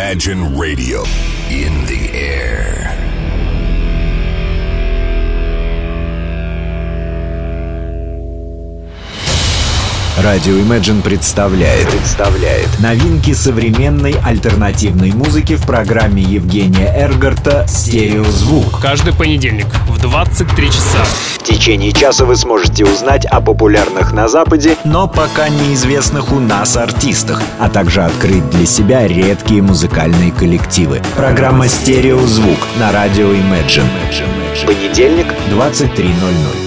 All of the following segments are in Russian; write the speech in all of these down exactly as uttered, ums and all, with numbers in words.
Imagine Radio in the air. Радио Imagine представляет, представляет новинки современной альтернативной музыки в программе Евгения Эргарта «Стереозвук». Каждый понедельник в двадцать три часа. В течение часа вы сможете узнать о популярных на Западе, но пока неизвестных у нас артистах, а также открыть для себя редкие музыкальные коллективы. Программа «Стереозвук» на радио Imagine. Понедельник, двадцать три ноль ноль.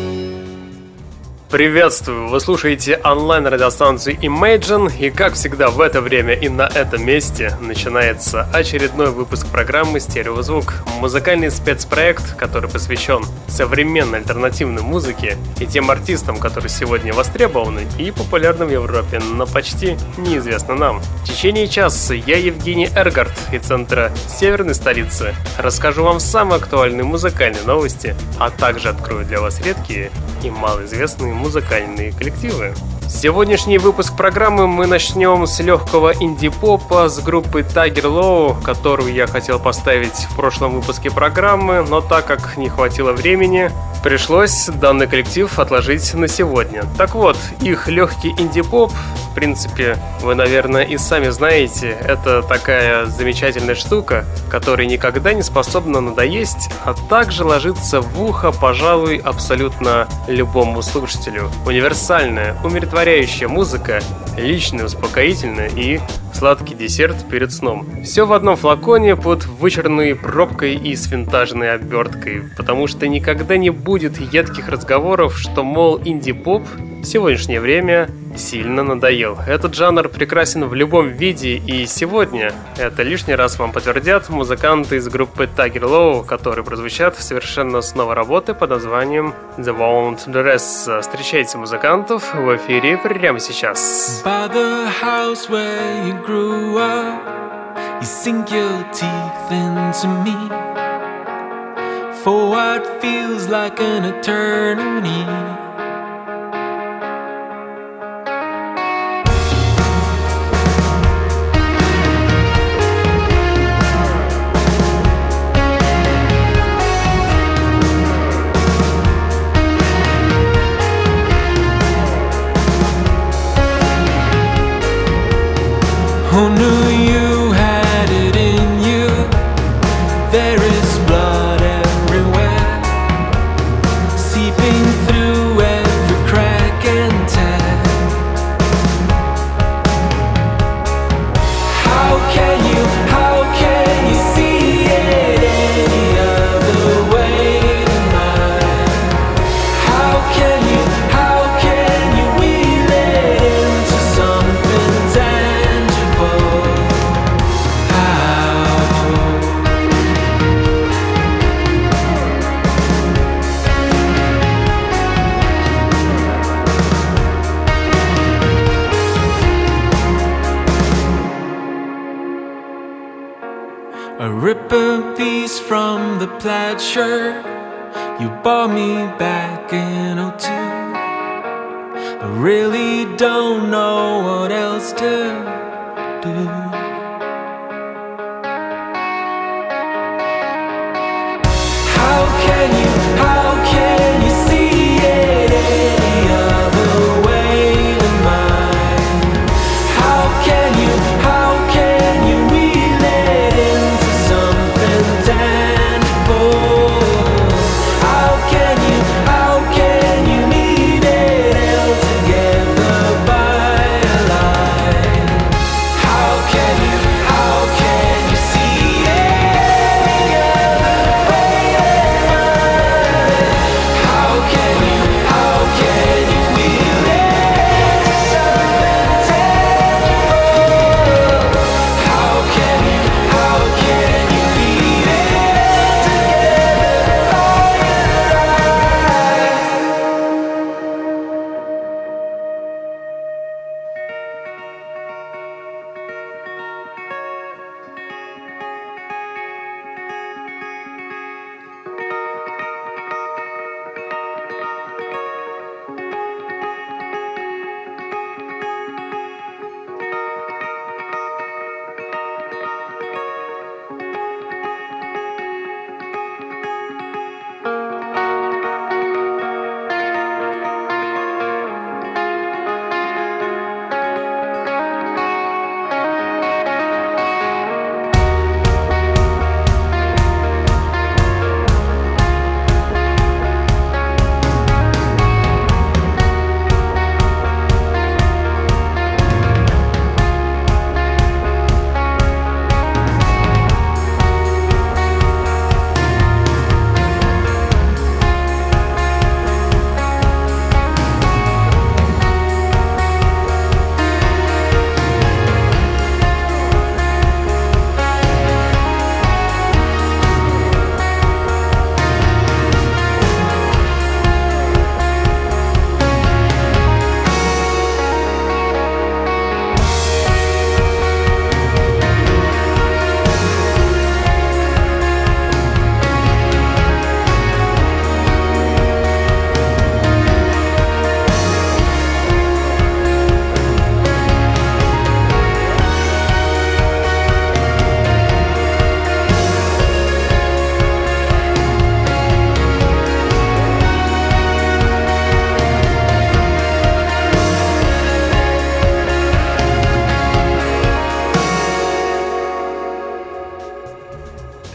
Приветствую! Вы слушаете онлайн-радиостанцию Imagine, и как всегда в это время и на этом месте начинается очередной выпуск программы «Стереозвук». Музыкальный спецпроект, который посвящен современной альтернативной музыке и тем артистам, которые сегодня востребованы и популярны в Европе, но почти неизвестны нам. В течение часа я, Евгений Эргарт, из центра северной столицы, расскажу вам самые актуальные музыкальные новости, а также открою для вас редкие и малоизвестные музыкальные коллективы. Сегодняшний выпуск программы мы начнем с легкого инди-попа с группы Tiger Love, которую я хотел поставить в прошлом выпуске программы, но так как не хватило времени, пришлось данный коллектив отложить на сегодня. Так вот, их легкий инди-поп, в принципе, вы, наверное, и сами знаете, это такая замечательная штука, которая никогда не способна надоесть, а также ложится в ухо, пожалуй, абсолютно любому слушателю. Универсальная, умиротворяющая музыка, личная, успокоительная и сладкий десерт перед сном. Все в одном флаконе под вычурной пробкой и с винтажной оберткой, потому что никогда не будет едких разговоров, что, мол, инди-поп в сегодняшнее время сильно надоел. Этот жанр прекрасен в любом виде, и сегодня это лишний раз вам подтвердят музыканты из группы Tiger Love, которые прозвучат совершенно с новой работы под названием The Won't Dress. Встречайте музыкантов в эфире прямо сейчас. By the house where you grew up, you sink your teeth into me for what feels like an eternity. Who knew you had it in you? There is blood everywhere, seeping through every crack and tear. How can you, how can you see it any other way tonight? How can you, how can you wheel it into something tangible? I rip a piece from the plaid shirt you bought me back in oh two. I really don't know what else to do. How can you, how can you see it any other way than mine? How can you, how can you wheel it into something tangible? How can you, how can you need it held together by a line? How can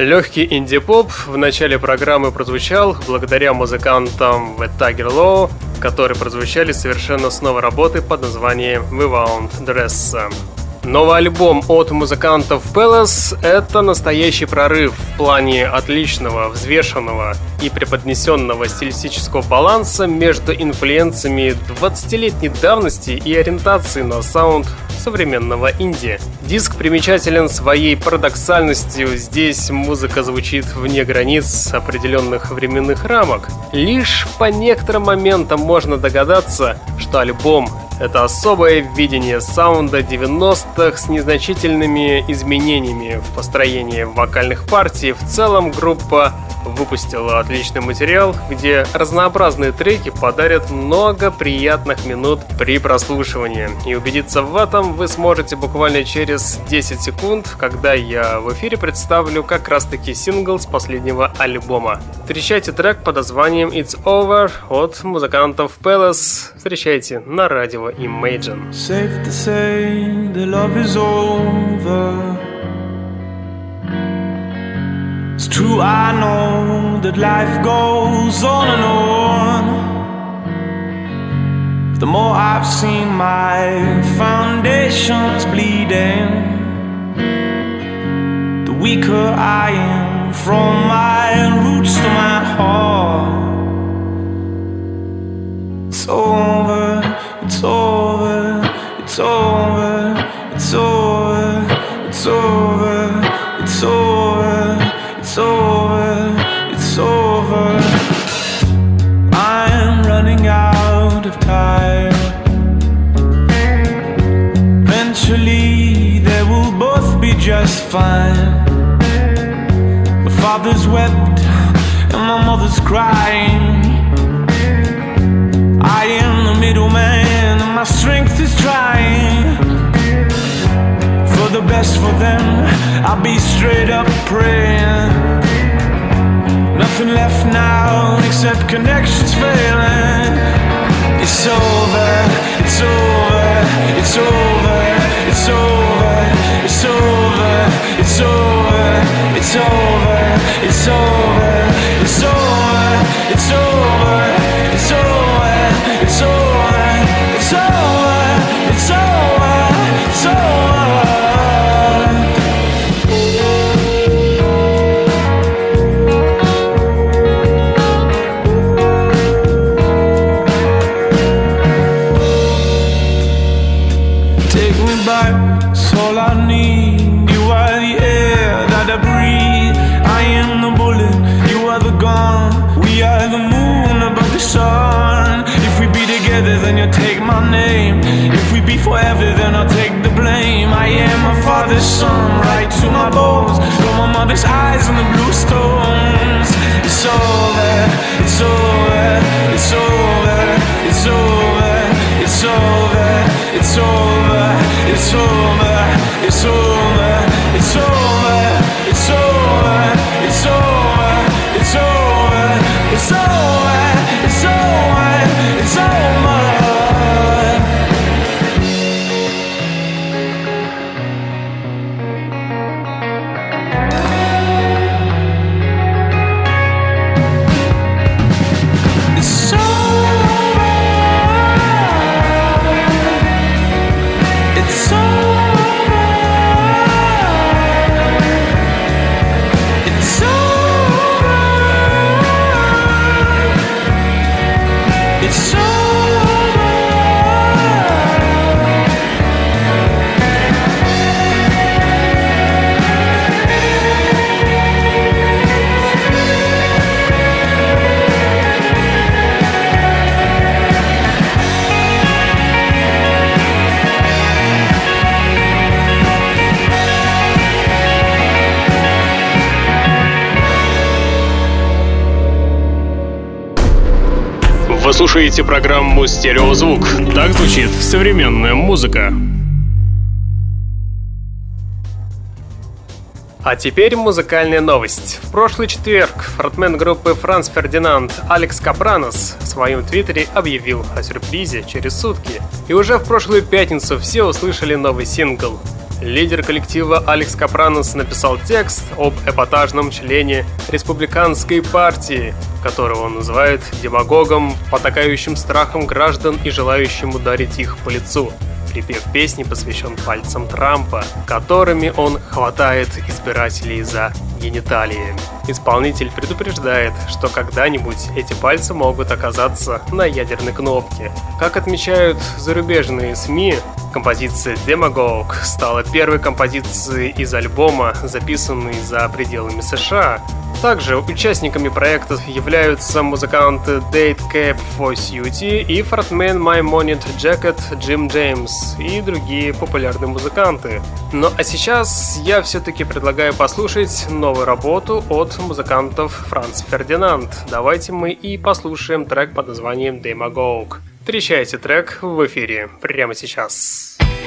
Легкий инди-поп в начале программы прозвучал благодаря музыкантам The Tiger Law, которые прозвучали совершенно с новой работы под названием We Won't Dress. Новый альбом от музыкантов Palace — это настоящий прорыв в плане отличного, взвешенного и преподнесенного стилистического баланса между инфлюенциями двадцатилетней давности и ориентацией на саунд современного инди. Диск примечателен своей парадоксальностью. Здесь музыка звучит вне границ определенных временных рамок. Лишь по некоторым моментам можно догадаться, что альбом — это особое видение саунда девяностых с незначительными изменениями в построении вокальных партий. В целом группа выпустила отличный материал, где разнообразные треки подарят много приятных минут при прослушивании. И убедиться в этом вы сможете буквально через десять секунд, когда я в эфире представлю как раз-таки сингл с последнего альбома. Встречайте трек под названием It's Over от музыкантов Palace. Встречайте на радио Imagine. Safe to say the love is over. It's true, I know that life goes on and on. The more I've seen my foundations bleeding, the weaker I am from my roots to my heart. It's over, it's over, it's over, it's over, it's over, it's over, it's over, it's over. I'm running out of time. Eventually they will both be just fine. My father's wept and my mother's crying. I am the middleman and my strength is trying. For the best for them, I'll be straight up praying. Nothing left now except connections failing. It's over, it's over, it's over, it's over, it's over, it's over, it's over, it's over, it's over, it's over, it's over, it's over, it's over, it's over, it's over. All I need, you are the air that I breathe. I am the bullet, you are the gun. We are the moon above the sun. If we be together, then you'll take my name. If we be forever, then I'll take the blame. I am my father's son, right to my bones. From my mother's eyes and the blue stones. It's over, it's over, it's over, it's over, it's over, it's over, it's over. It's over, it's over, it's over, it's over, it's over, it's over, it's over, it's over. It's over, it's over. Вы слушаете программу «Стереозвук». Так звучит современная музыка. А теперь музыкальная новость. В прошлый четверг фронтмен группы Франц Фердинанд Алекс Капранос в своем твиттере объявил о сюрпризе через сутки. И уже в прошлую пятницу все услышали новый сингл. Лидер коллектива Алекс Капранос написал текст об эпатажном члене республиканской партии, которого он называет демагогом, потакающим страхом граждан и желающим ударить их по лицу. Припев песни посвящен пальцам Трампа, которыми он хватает избирателей за гениталии. Исполнитель предупреждает, что когда-нибудь эти пальцы могут оказаться на ядерной кнопке. Как отмечают зарубежные СМИ, композиция «Demagogue» стала первой композицией из альбома, записанной за пределами США. Также участниками проекта являются музыканты Date Cap for Cutie и фронтмен My Money Jacket Джим Джеймс и другие популярные музыканты. Ну а сейчас я все-таки предлагаю послушать новую работу от музыкантов Франц Фердинанд. Давайте мы и послушаем трек под названием «Demagogue». Встречайте трек в эфире прямо сейчас.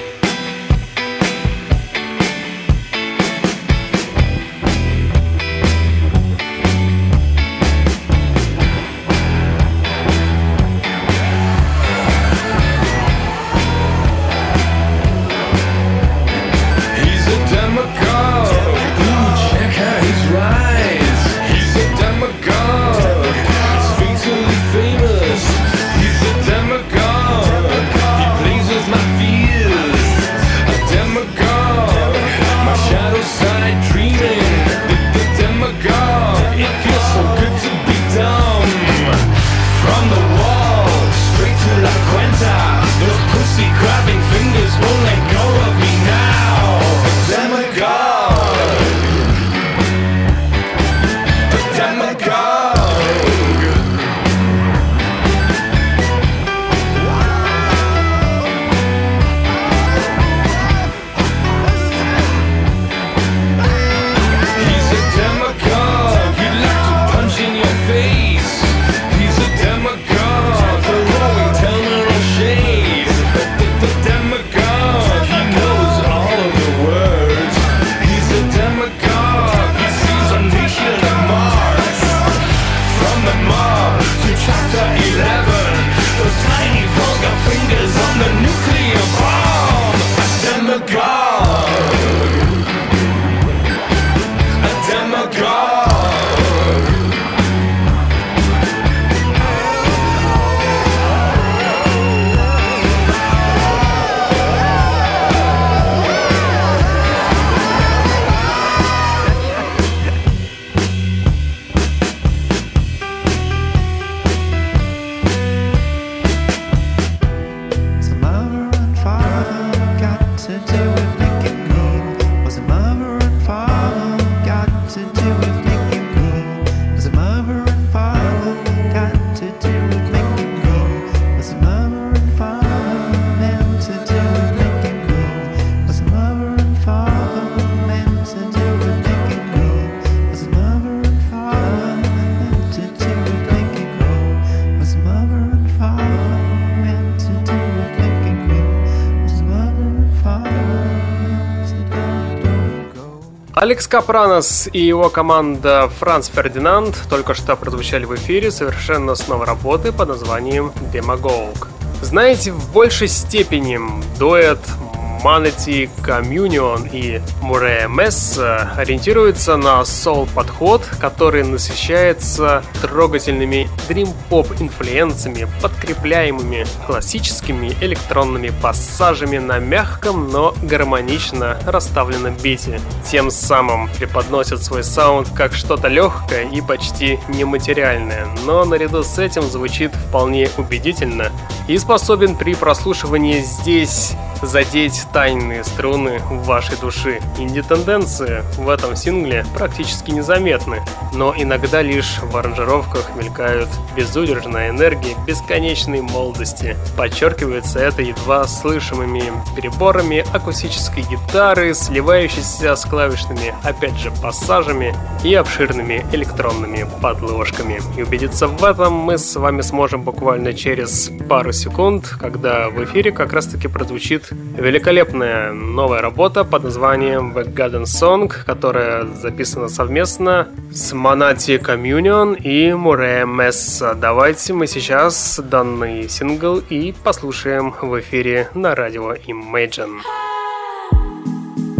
Алекс Капранос и его команда Франц Фердинанд только что прозвучали в эфире совершенно с новой работы под названием «Demagogue». Знаете, в большей степени дуэт Manatee Communion и Murray Mesa ориентируется на соул-подход, который насыщается трогательными дрим-поп инфлюенсами, подкрепляемыми классическими электронными пассажами на мягком, но гармонично расставленном бите. Тем самым преподносят свой саунд как что-то легкое и почти нематериальное, но наряду с этим звучит вполне убедительно и способен при прослушивании здесь задеть тайные струны вашей души. Инди-тенденции в этом сингле практически незаметны, но иногда лишь в аранжировках мелькают безудержная энергия бесконечной молодости. Подчеркивается это едва слышимыми переборами акустической гитары, сливающейся с клавишными, опять же, пассажами и обширными электронными подложками. И убедиться в этом мы с вами сможем буквально через пару секунд, когда в эфире как раз таки прозвучит великолепная новая работа под названием The Garden Song, которая записана совместно с Manatee Communion и Murray Mesa. Давайте мы сейчас данный сингл и послушаем в эфире на радио Imagine.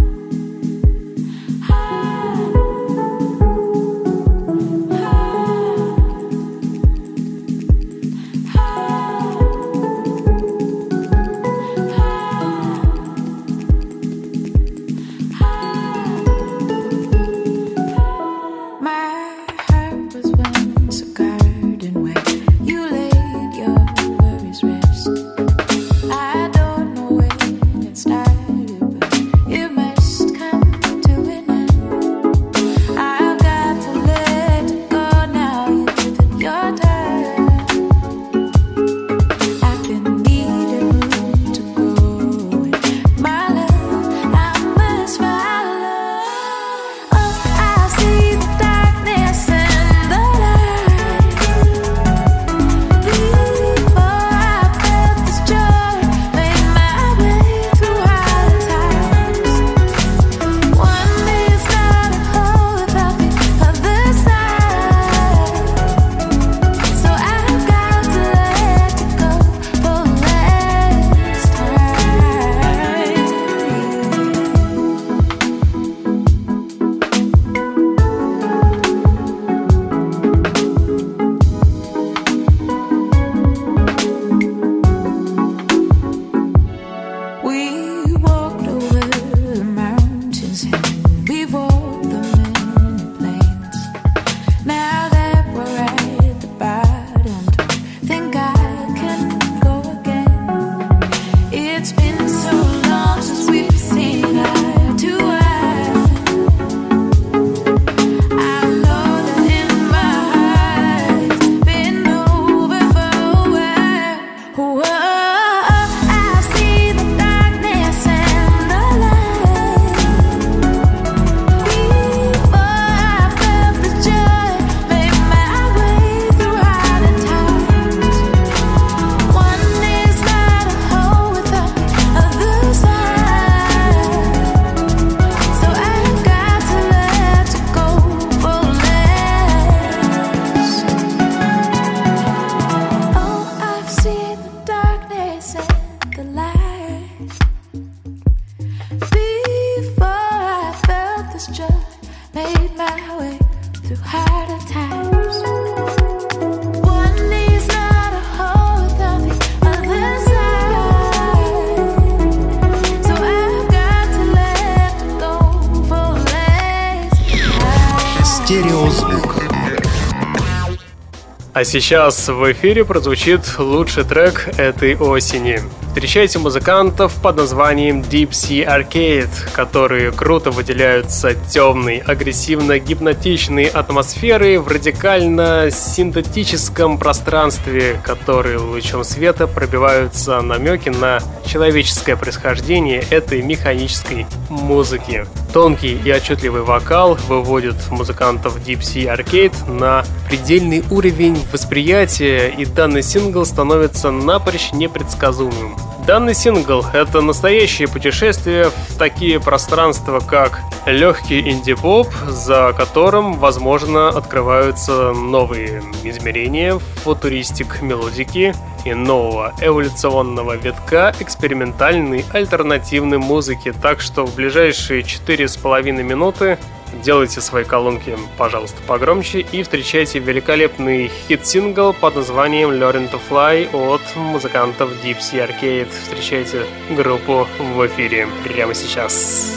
А сейчас в эфире прозвучит лучший трек этой осени. Встречайте музыкантов под названием Deep Sea Arcade, которые круто выделяются темной, агрессивно-гипнотичной атмосферой в радикально-синтетическом пространстве, которые лучом света пробиваются намеки на человеческое происхождение этой механической музыки. Тонкий и отчетливый вокал выводит музыкантов Deep Sea Arcade на предельный уровень восприятия, и данный сингл становится напрочь непредсказуемым. Данный сингл — это настоящее путешествие в такие пространства, как легкий инди-поп, за которым, возможно, открываются новые измерения футуристик мелодики и нового эволюционного витка экспериментальной альтернативной музыки. Так что в ближайшие четыре с половиной минуты делайте свои колонки, пожалуйста, погромче и встречайте великолепный хит-сингл под названием Learn to Fly от музыкантов Deep Sea Arcade. Встречайте группу в эфире прямо сейчас.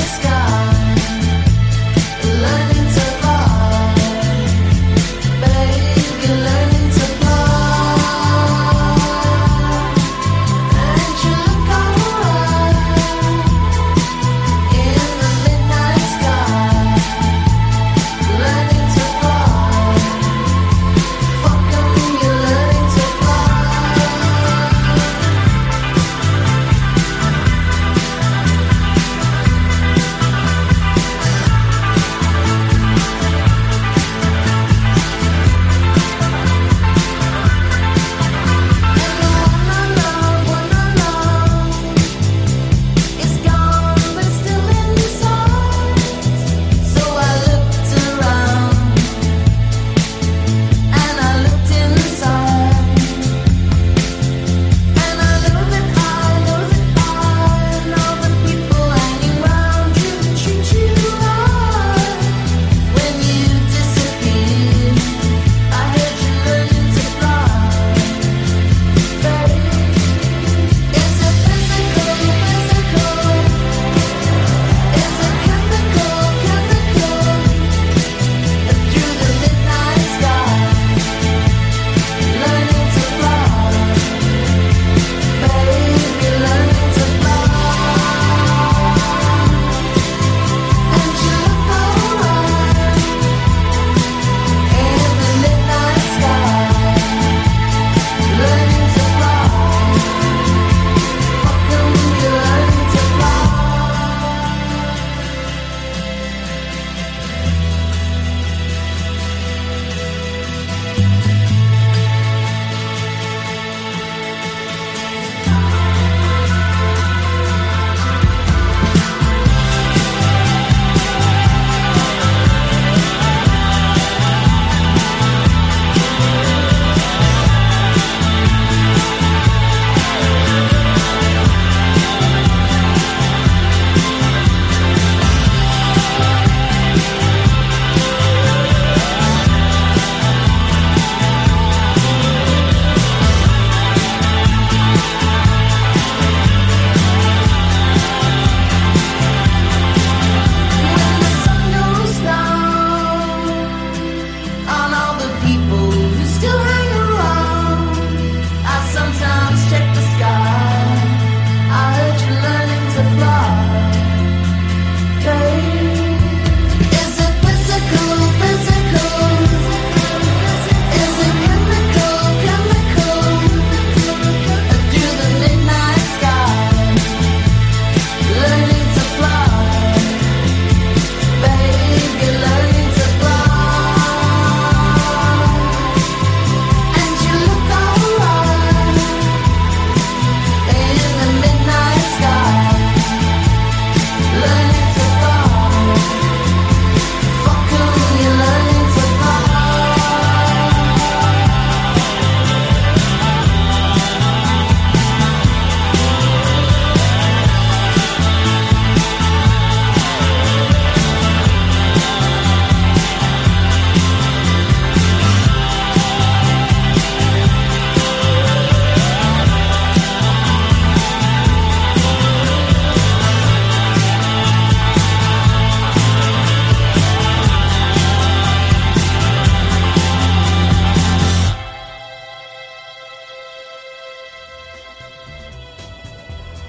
Learning to fly, baby.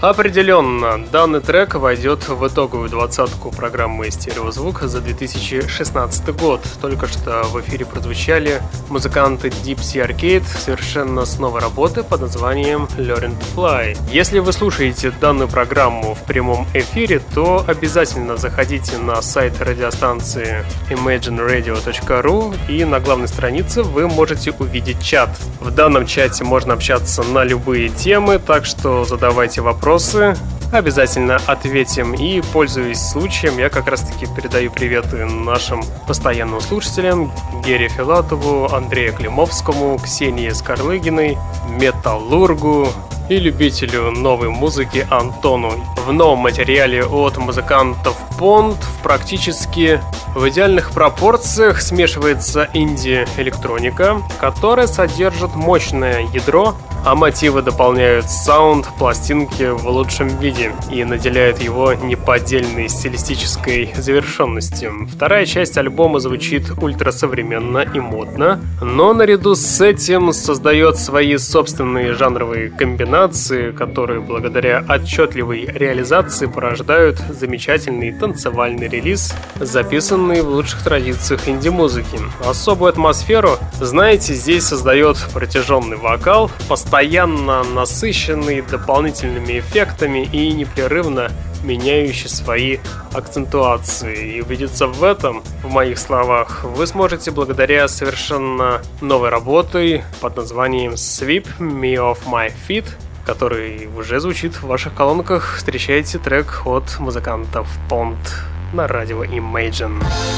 Определенно, данный трек войдет в итоговую двадцатку программы «Стереозвук» за две тысячи шестнадцатый год. Только что в эфире прозвучали музыканты Deep Sea Arcade совершенно с новой работы под названием Learn to Fly. Если вы слушаете данную программу в прямом эфире, то обязательно заходите на сайт радиостанции имэджин радио точка ру, и на главной странице вы можете увидеть чат. В данном чате можно общаться на любые темы, так что задавайте вопросы. Обязательно ответим. И, пользуясь случаем, я как раз таки передаю приветы нашим постоянным слушателям: Гере Филатову, Андрею Климовскому, Ксении Скарлыгиной, Металлургу и любителю новой музыки Антону. В новом материале от музыкантов Pond практически в идеальных пропорциях смешивается инди-электроника, которая содержит мощное ядро, а мотивы дополняют саунд пластинки в лучшем виде и наделяют его неподдельной стилистической завершенностью. Вторая часть альбома звучит ультрасовременно и модно, но наряду с этим создает свои собственные жанровые комбинации, которые благодаря отчетливой реализации порождают замечательный танцевальный релиз, записанный в лучших традициях инди-музыки. Особую атмосферу, знаете, здесь создает протяженный вокал, постоянно насыщенный дополнительными эффектами и непрерывно меняющий свои акцентуации. И убедиться в этом, в моих словах, вы сможете благодаря совершенно новой работе под названием Sweep Me Off My Feet, который уже звучит в ваших колонках. Встречайте трек от музыкантов Pond на радио Imagine.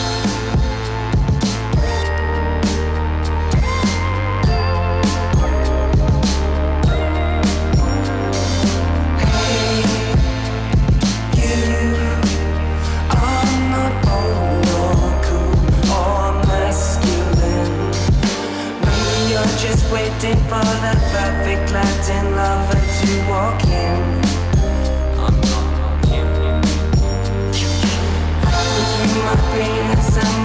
Waiting for the perfect Latin lover to walk in. Between my penis and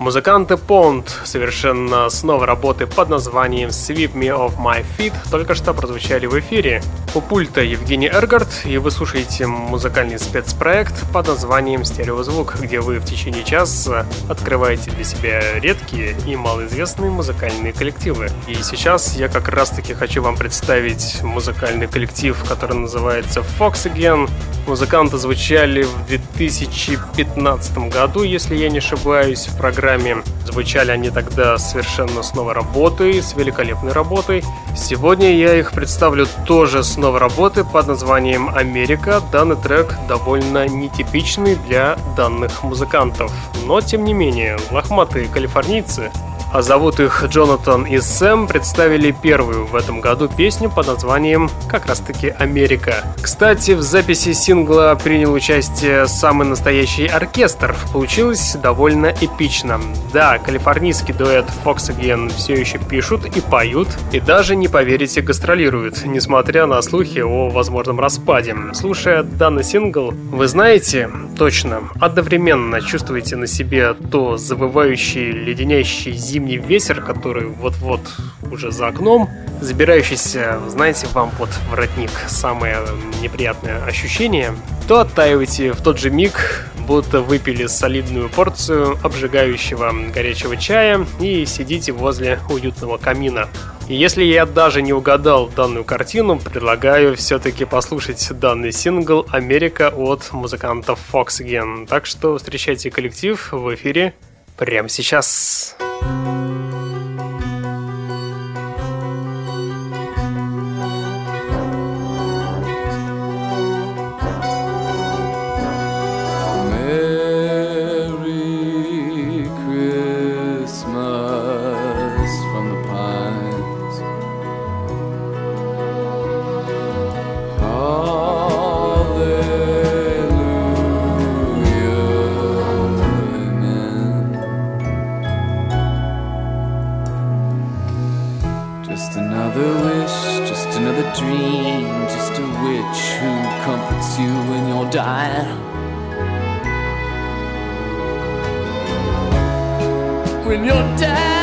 Музыканты Pond совершенно с новой работы под названием Sweep Me Off My Feet только что прозвучали в эфире. У пульта Евгений Эргард, и вы слушаете музыкальный спецпроект под названием «Стереозвук», где вы в течение часа открываете для себя редкие и малоизвестные музыкальные коллективы. И сейчас я как раз-таки хочу вам представить музыкальный коллектив, который называется Fox Again. Музыканты звучали в две тысячи пятнадцатом году, если я не ошибаюсь, в программе. Звучали они тогда совершенно с новой работой, с великолепной работой. Сегодня я их представлю тоже с новой работы под названием «Америка». Данный трек довольно нетипичный для данных музыкантов. Но, тем не менее, лохматые калифорнийцы, а зовут их Джонатан и Сэм, представили первую в этом году песню под названием как раз-таки «Америка». Кстати, в записи сингла принял участие самый настоящий оркестр. Получилось довольно эпично. Да, калифорнийский дуэт Fox Again все еще пишут и поют, и даже, не поверите, гастролируют, несмотря на слухи о возможном распаде. Слушая данный сингл, вы знаете, точно, одновременно чувствуете на себе то завывающий, леденящий зимний ветер, который вот-вот уже за окном, забирающийся, знаете, вам под воротник, самое неприятное ощущение, то оттаиваете в тот же миг, будто выпили солидную порцию обжигающего горячего чая и сидите возле уютного камина. И если я даже не угадал данную картину, предлагаю все-таки послушать данный сингл «Америка» от музыкантов Fox Again. Так что встречайте коллектив в эфире прямо сейчас. When you're dying,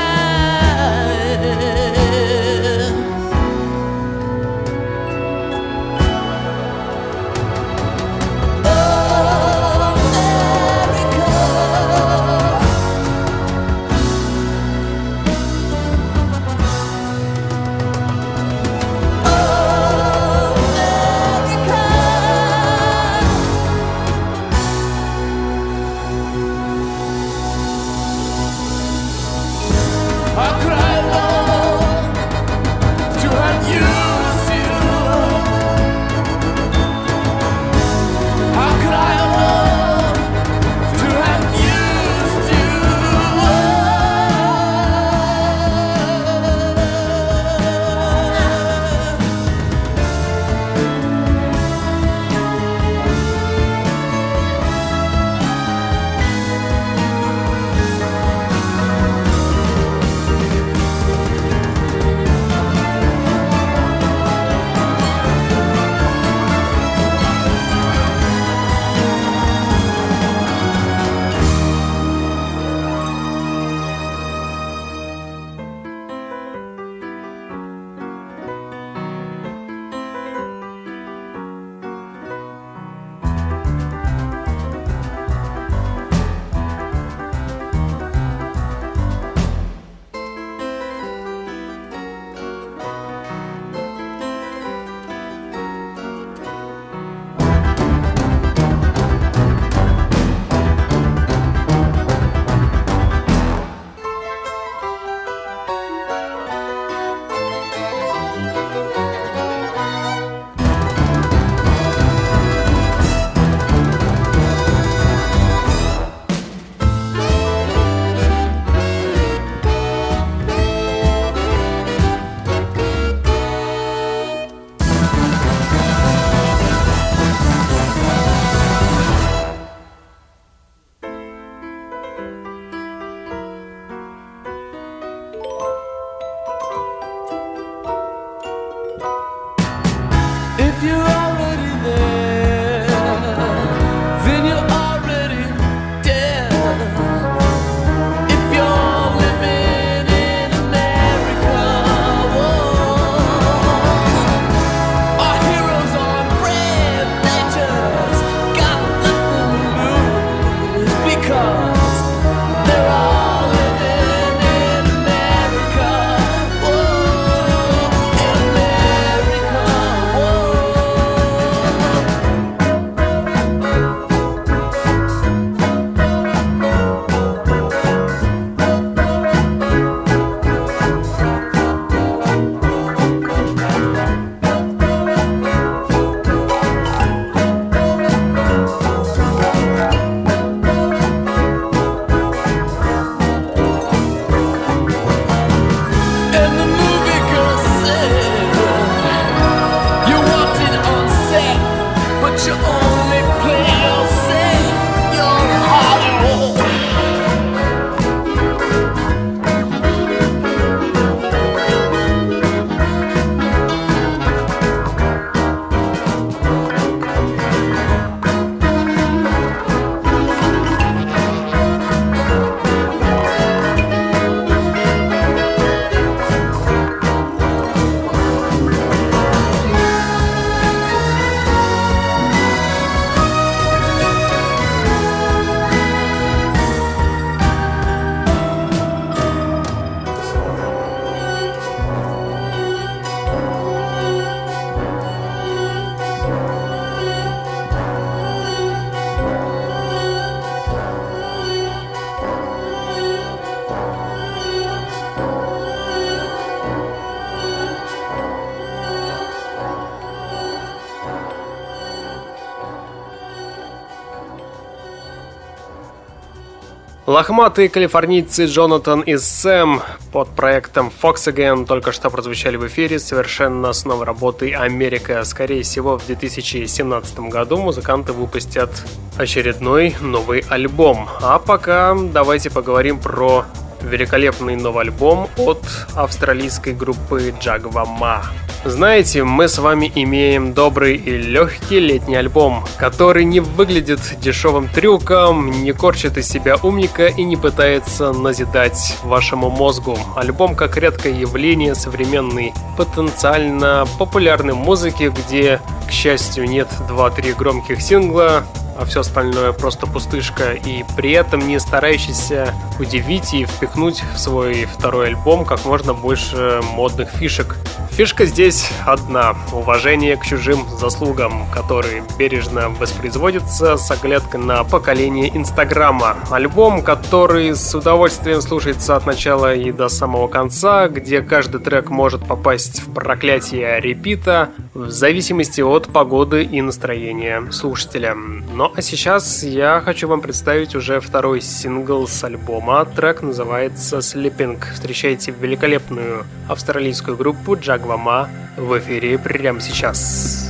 Лохматые калифорнийцы Джонатан и Сэм под проектом Fox Again только что прозвучали в эфире совершенно с новой работой «Америка». Скорее всего, в две тысячи семнадцатом году музыканты выпустят очередной новый альбом. А пока давайте поговорим про великолепный новый альбом от австралийской группы Jaguar. Знаете, мы с вами имеем добрый и легкий летний альбом, который не выглядит дешевым трюком, не корчит из себя умника и не пытается назидать вашему мозгу. Альбом как редкое явление современной, потенциально популярной музыки, где, к счастью, нет два-три громких сингла, а все остальное просто пустышка, и при этом не старающийся удивить и впихнуть в свой второй альбом как можно больше модных фишек. Фишка здесь одна – уважение к чужим заслугам, которые бережно воспроизводятся с оглядкой на поколение Инстаграма. Альбом, который с удовольствием слушается от начала и до самого конца, где каждый трек может попасть в проклятие репита в зависимости от погоды и настроения слушателя. Ну а сейчас я хочу вам представить уже второй сингл с альбома. Трек называется «Sleeping». Встречайте великолепную австралийскую группу Jaguar в эфире прямо сейчас.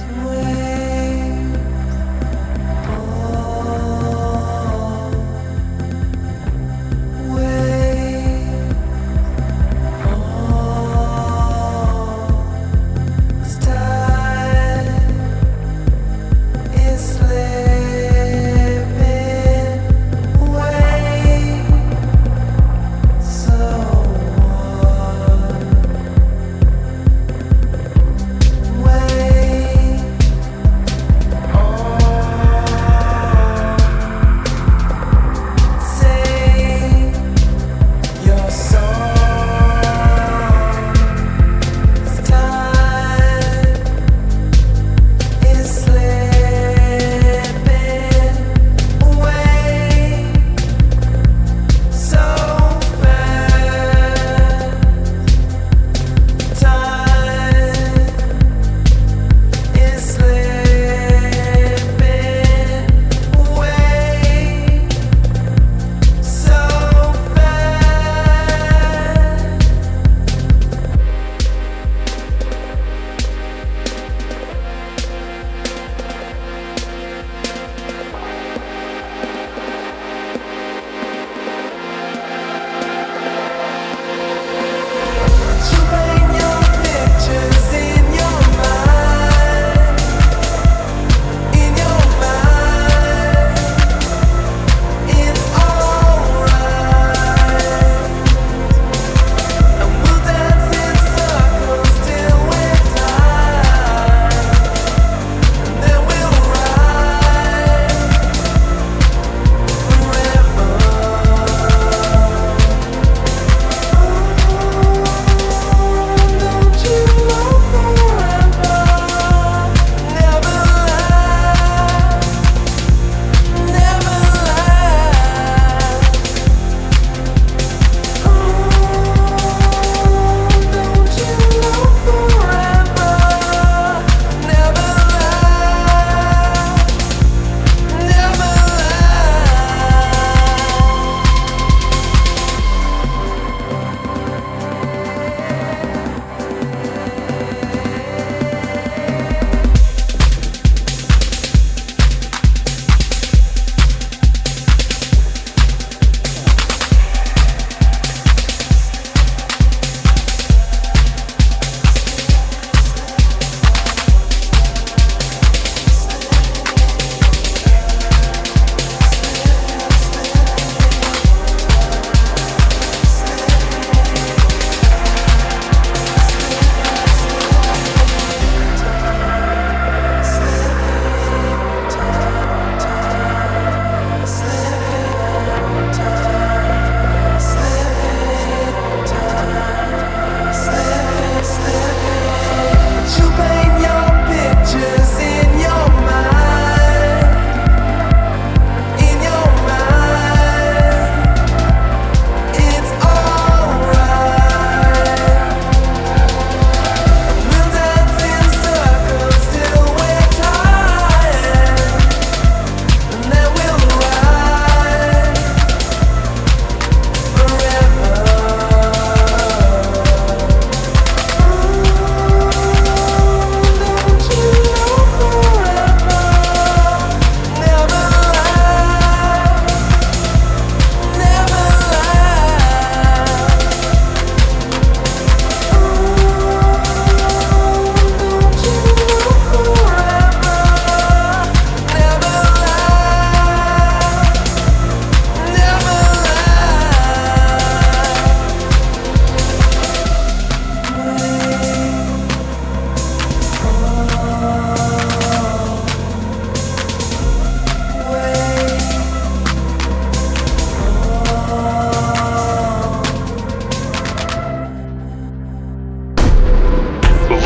Way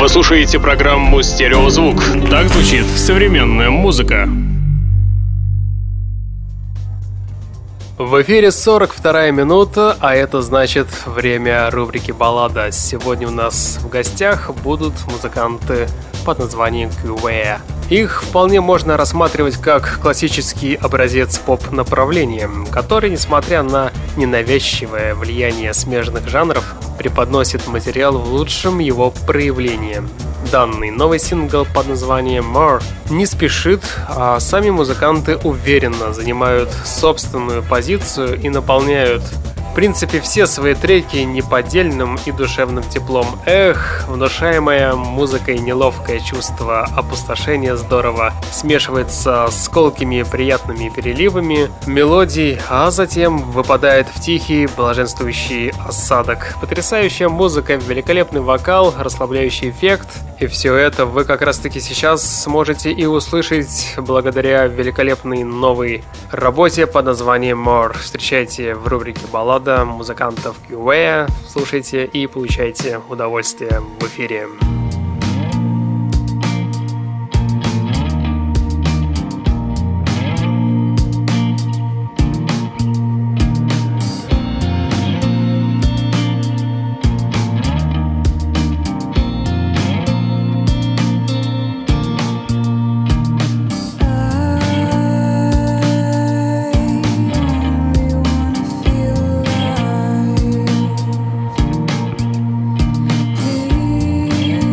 Вы слушаете программу «Стереозвук». Так звучит современная музыка. В эфире сорок вторая минута, а это значит время рубрики «Баллада». Сегодня у нас в гостях будут музыканты под названием Кьюэя. Их вполне можно рассматривать как классический образец поп-направления, который, несмотря на ненавязчивое влияние смежных жанров, преподносит материал в лучшем его проявлении. Данный новый сингл под названием More не спешит, а сами музыканты уверенно занимают собственную позицию и наполняют, в принципе, все свои треки неподдельным и душевным теплом. Эх, внушаемое музыкой неловкое чувство опустошения здорово смешивается с колкими приятными переливами мелодий, а затем выпадает в тихий блаженствующий осадок. Потрясающая музыка, великолепный вокал, расслабляющий эффект. И все это вы как раз таки сейчас сможете и услышать благодаря великолепной новой работе под названием More. Встречайте в рубрике «Баллада» музыкантов Кьюэя, слушайте и получайте удовольствие в эфире. You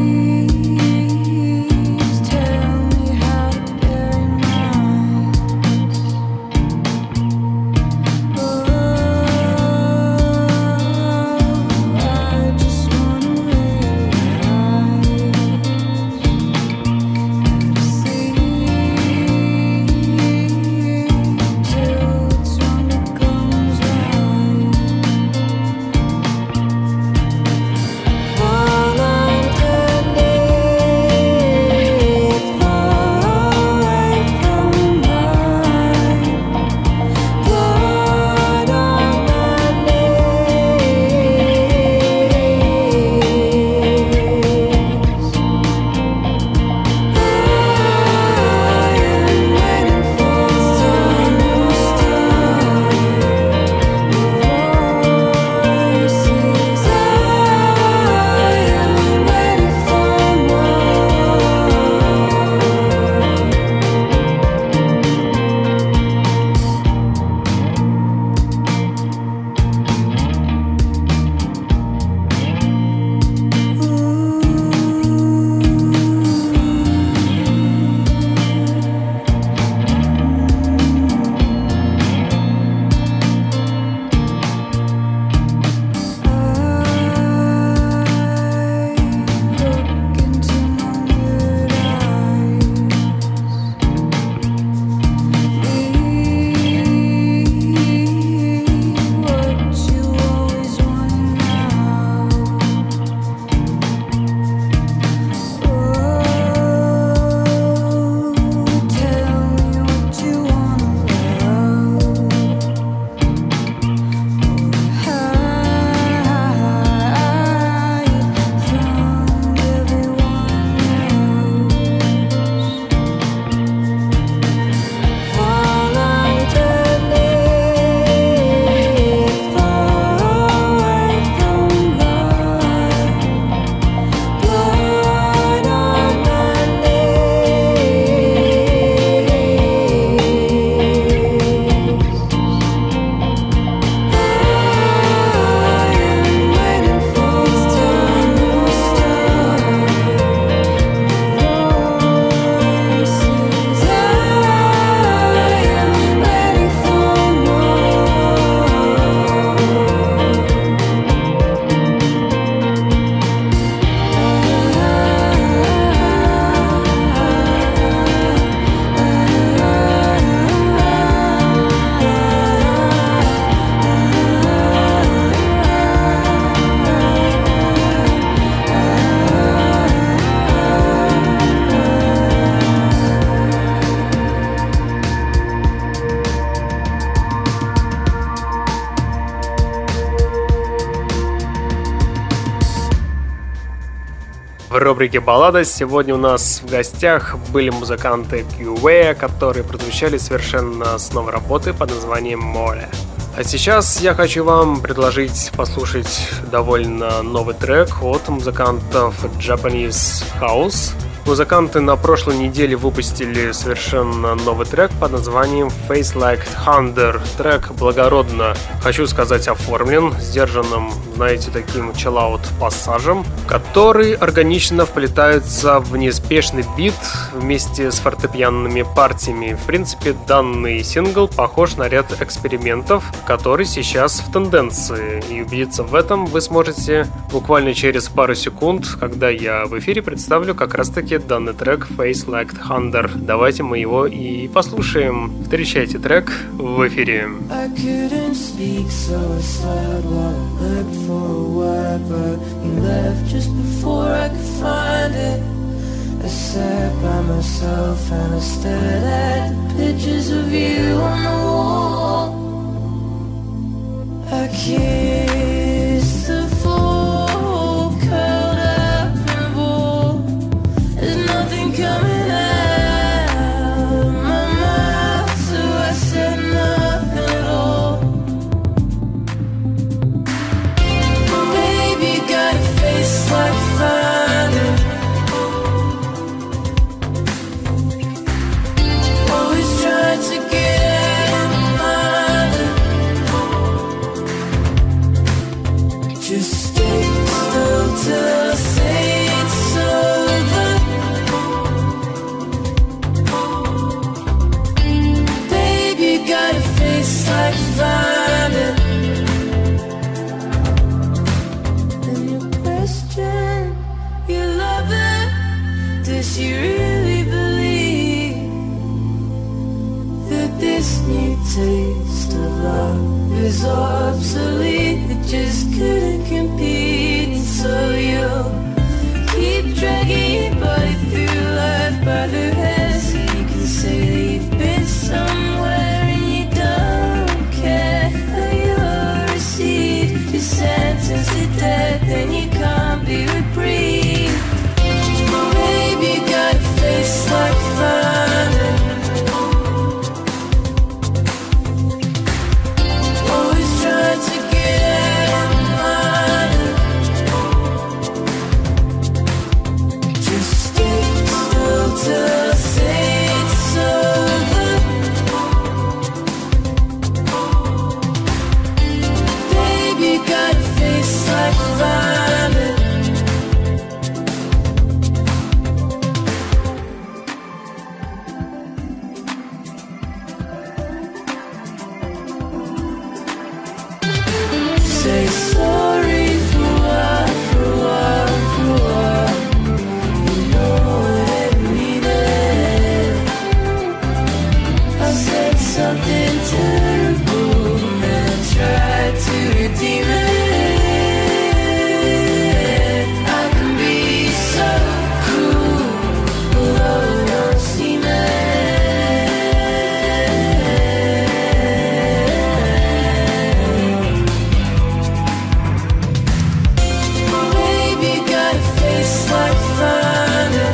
рубрике «Баллада» сегодня у нас в гостях были музыканты Q-Way, которые прозвучали совершенно с новой работы под названием «Море». А сейчас я хочу вам предложить послушать довольно новый трек от музыкантов Japanese House. Музыканты на прошлой неделе выпустили совершенно новый трек под названием Face Like Thunder. Трек благородно, хочу сказать, оформлен, сдержанным, знаете, таким чиллаут пассажем, который органично вплетается в неспешный бит вместе с фортепианными партиями. В принципе, данный сингл похож на ряд экспериментов, который сейчас в тенденции. И убедиться в этом вы сможете буквально через пару секунд, когда я в эфире представлю как раз-таки данный трек Face Like Thunder. Давайте мы его и послушаем. Встречайте трек в эфире. I couldn't speak, so I sighed while I looked for a word, but you left just before I could find it. I sat by myself and I stared at the pictures of you on the wall. I kissed the floor, curled up in a ball. There's nothing coming out of my mouth, so I said nothing at all. Baby, you got a face like thunder. Always trying to get out of my mind. Just stay still till I say it's over. Baby, you got a face like thunder. And your question, you love her. Does she really believe that this new taste of love is obsolete? It just couldn't compete, and so you'll keep dragging your body through life by the head, so you can say that you've been somewhere and you don't care that you'll receive your sentence to death, and you can't be reprieved. Baby, you got a face like thunder. Always trying to get out of mind. Just stay still till I say it's over. Baby, you got a face like thunder. Say sorry for a while, for a while, for a while. You know it ain't me there. I said something terrible and I tried to redeem it. I can be so cruel, although you don't seem it. Baby, you got a face like thunder.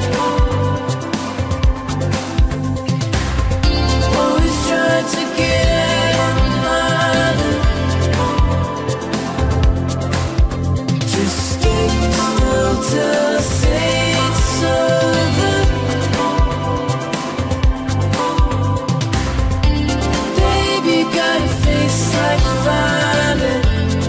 Always trying to get out of mind. Just stay still till I say it's over. Baby, you got a face like thunder.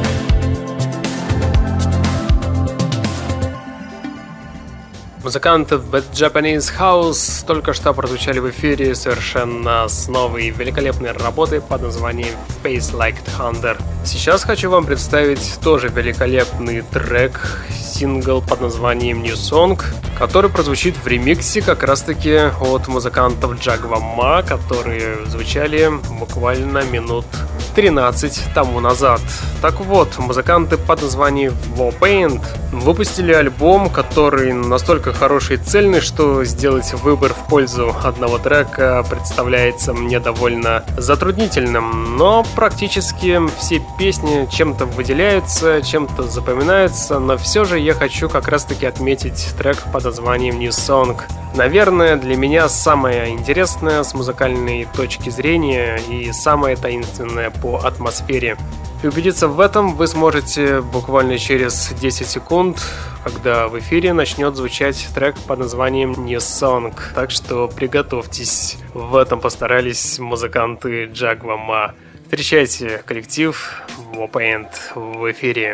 Музыканты Bad Japanese House только что прозвучали в эфире совершенно с новой великолепной работой под названием Face Like Thunder. Сейчас хочу вам представить тоже великолепный трек, сингл под названием New Song, который прозвучит в ремиксе как раз-таки от музыкантов Jaguar Ma, которые звучали буквально минут тринадцать тому назад. Так вот, музыканты под названием Warpaint выпустили альбом, который настолько хороший и цельный, что сделать выбор в пользу одного трека представляется мне довольно затруднительным. Но практически все песни чем-то выделяются, чем-то запоминаются, но все же я хочу как раз-таки отметить трек под названием New Song. Наверное, для меня самое интересное с музыкальной точки зрения и самое таинственное по атмосфере. И убедиться в этом вы сможете буквально через десять секунд, когда в эфире начнет звучать трек под названием New Song. Так что приготовьтесь, в этом постарались музыканты Jaguar Ma. Встречайте коллектив Warpaint в эфире.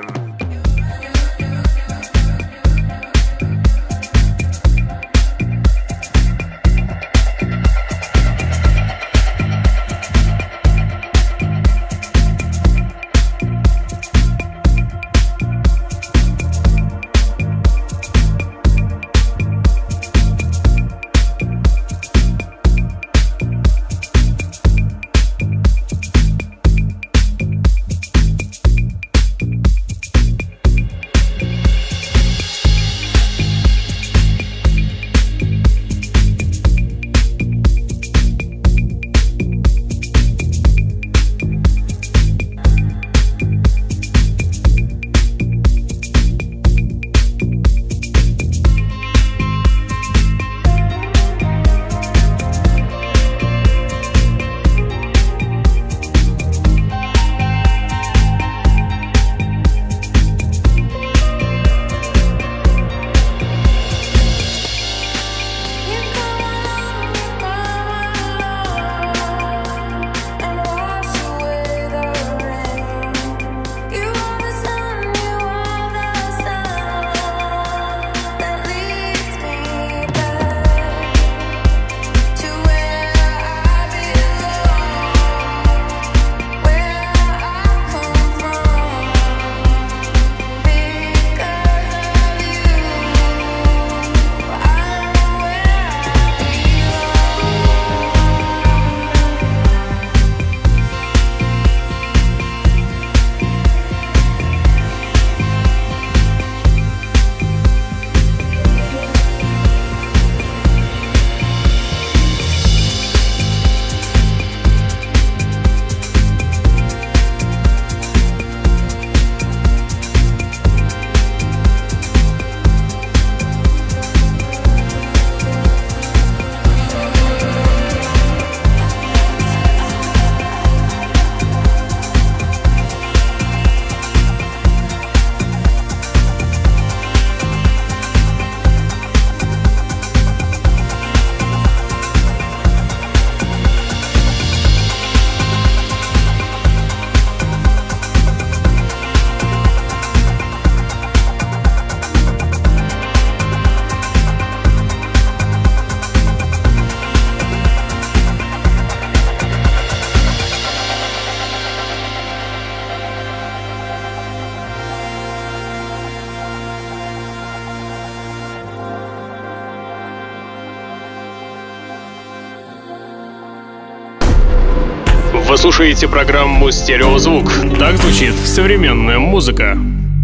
Вы слушаете программу «Стереозвук». Так звучит современная музыка.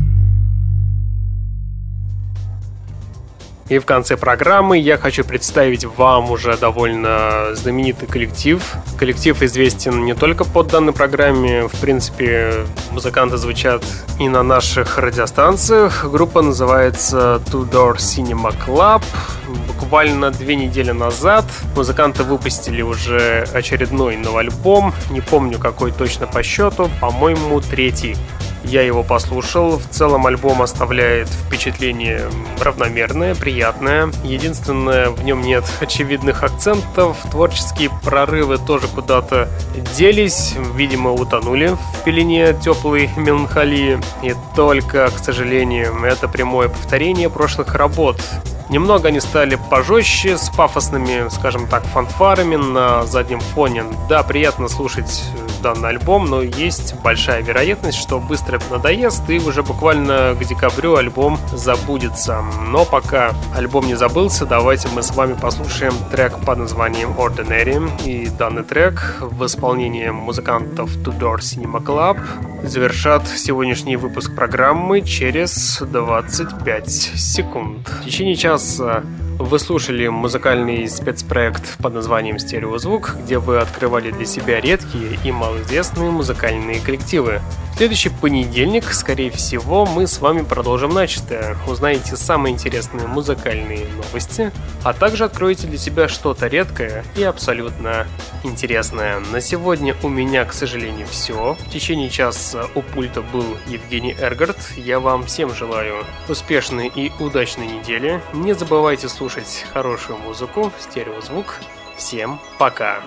И в конце программы я хочу представить вам уже довольно знаменитый коллектив. Коллектив известен не только под данной программе. В принципе, музыканты звучат и на наших радиостанциях. Группа называется Two Door Cinema Club. Буквально две недели назад музыканты выпустили уже очередной новый альбом. Не помню, какой точно по счету. По-моему, третий. Я его послушал. В целом альбом оставляет впечатление равномерное, приятное. Единственное, в нем нет очевидных акцентов. Творческие прорывы тоже куда-то делись. Видимо, утонули в пелене теплой меланхолии. И только, к сожалению, это прямое повторение прошлых работ. Немного они стали пожестче, с пафосными, скажем так, фанфарами на заднем фоне. Да, приятно слушать данный альбом, но есть большая вероятность, что быстро надоест и уже буквально к декабрю альбом забудется. Но пока альбом не забылся, давайте мы с вами послушаем трек под названием Ordinary. И данный трек в исполнении музыкантов Two Door Cinema Club завершат сегодняшний выпуск программы через двадцать пять секунд. В течение часа вы слушали музыкальный спецпроект под названием «Стереозвук», где вы открывали для себя редкие и малоизвестные музыкальные коллективы. В следующий понедельник, скорее всего, мы с вами продолжим начатое. Узнаете самые интересные музыкальные новости, а также откроете для себя что-то редкое и абсолютно интересное. На сегодня у меня, к сожалению, все. В течение часа у пульта был Евгений Эргард. Я вам всем желаю успешной и удачной недели. Не забывайте слушать хорошую музыку, стереозвук. Всем пока!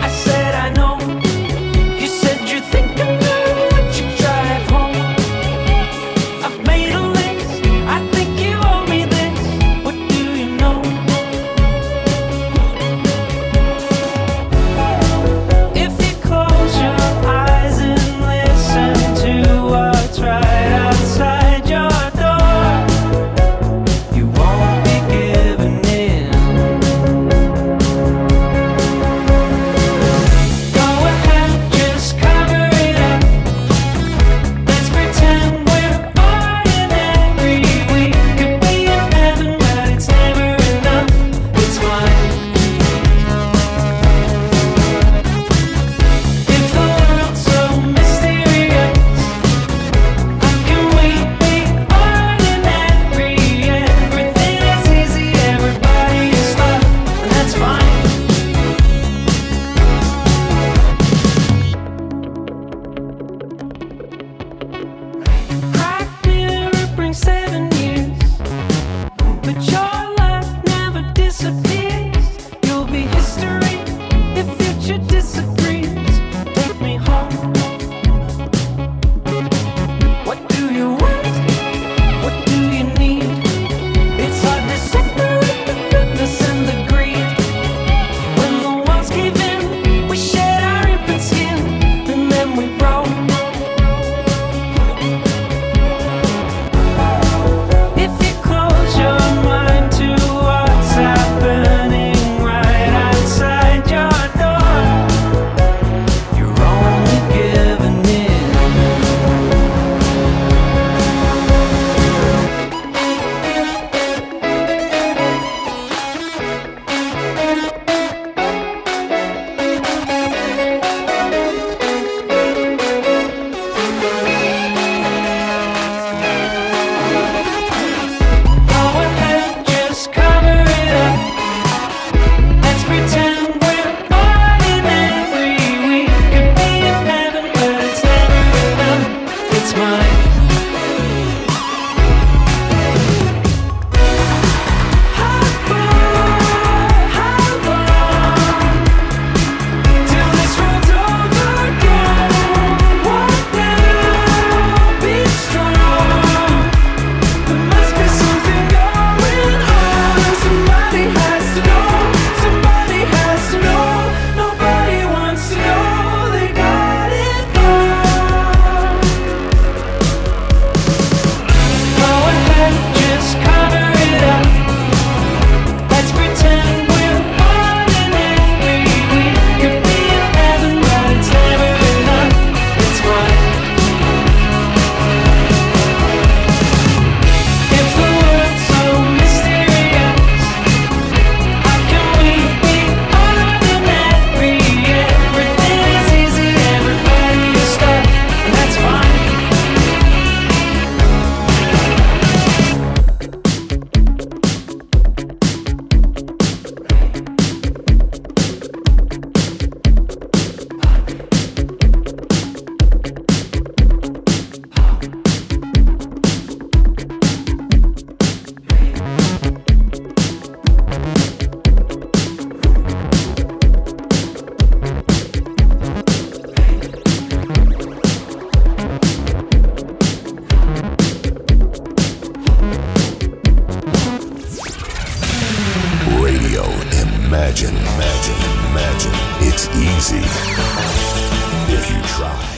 You said you think I know what you drive home. Imagine, imagine, imagine. It's easy if you try.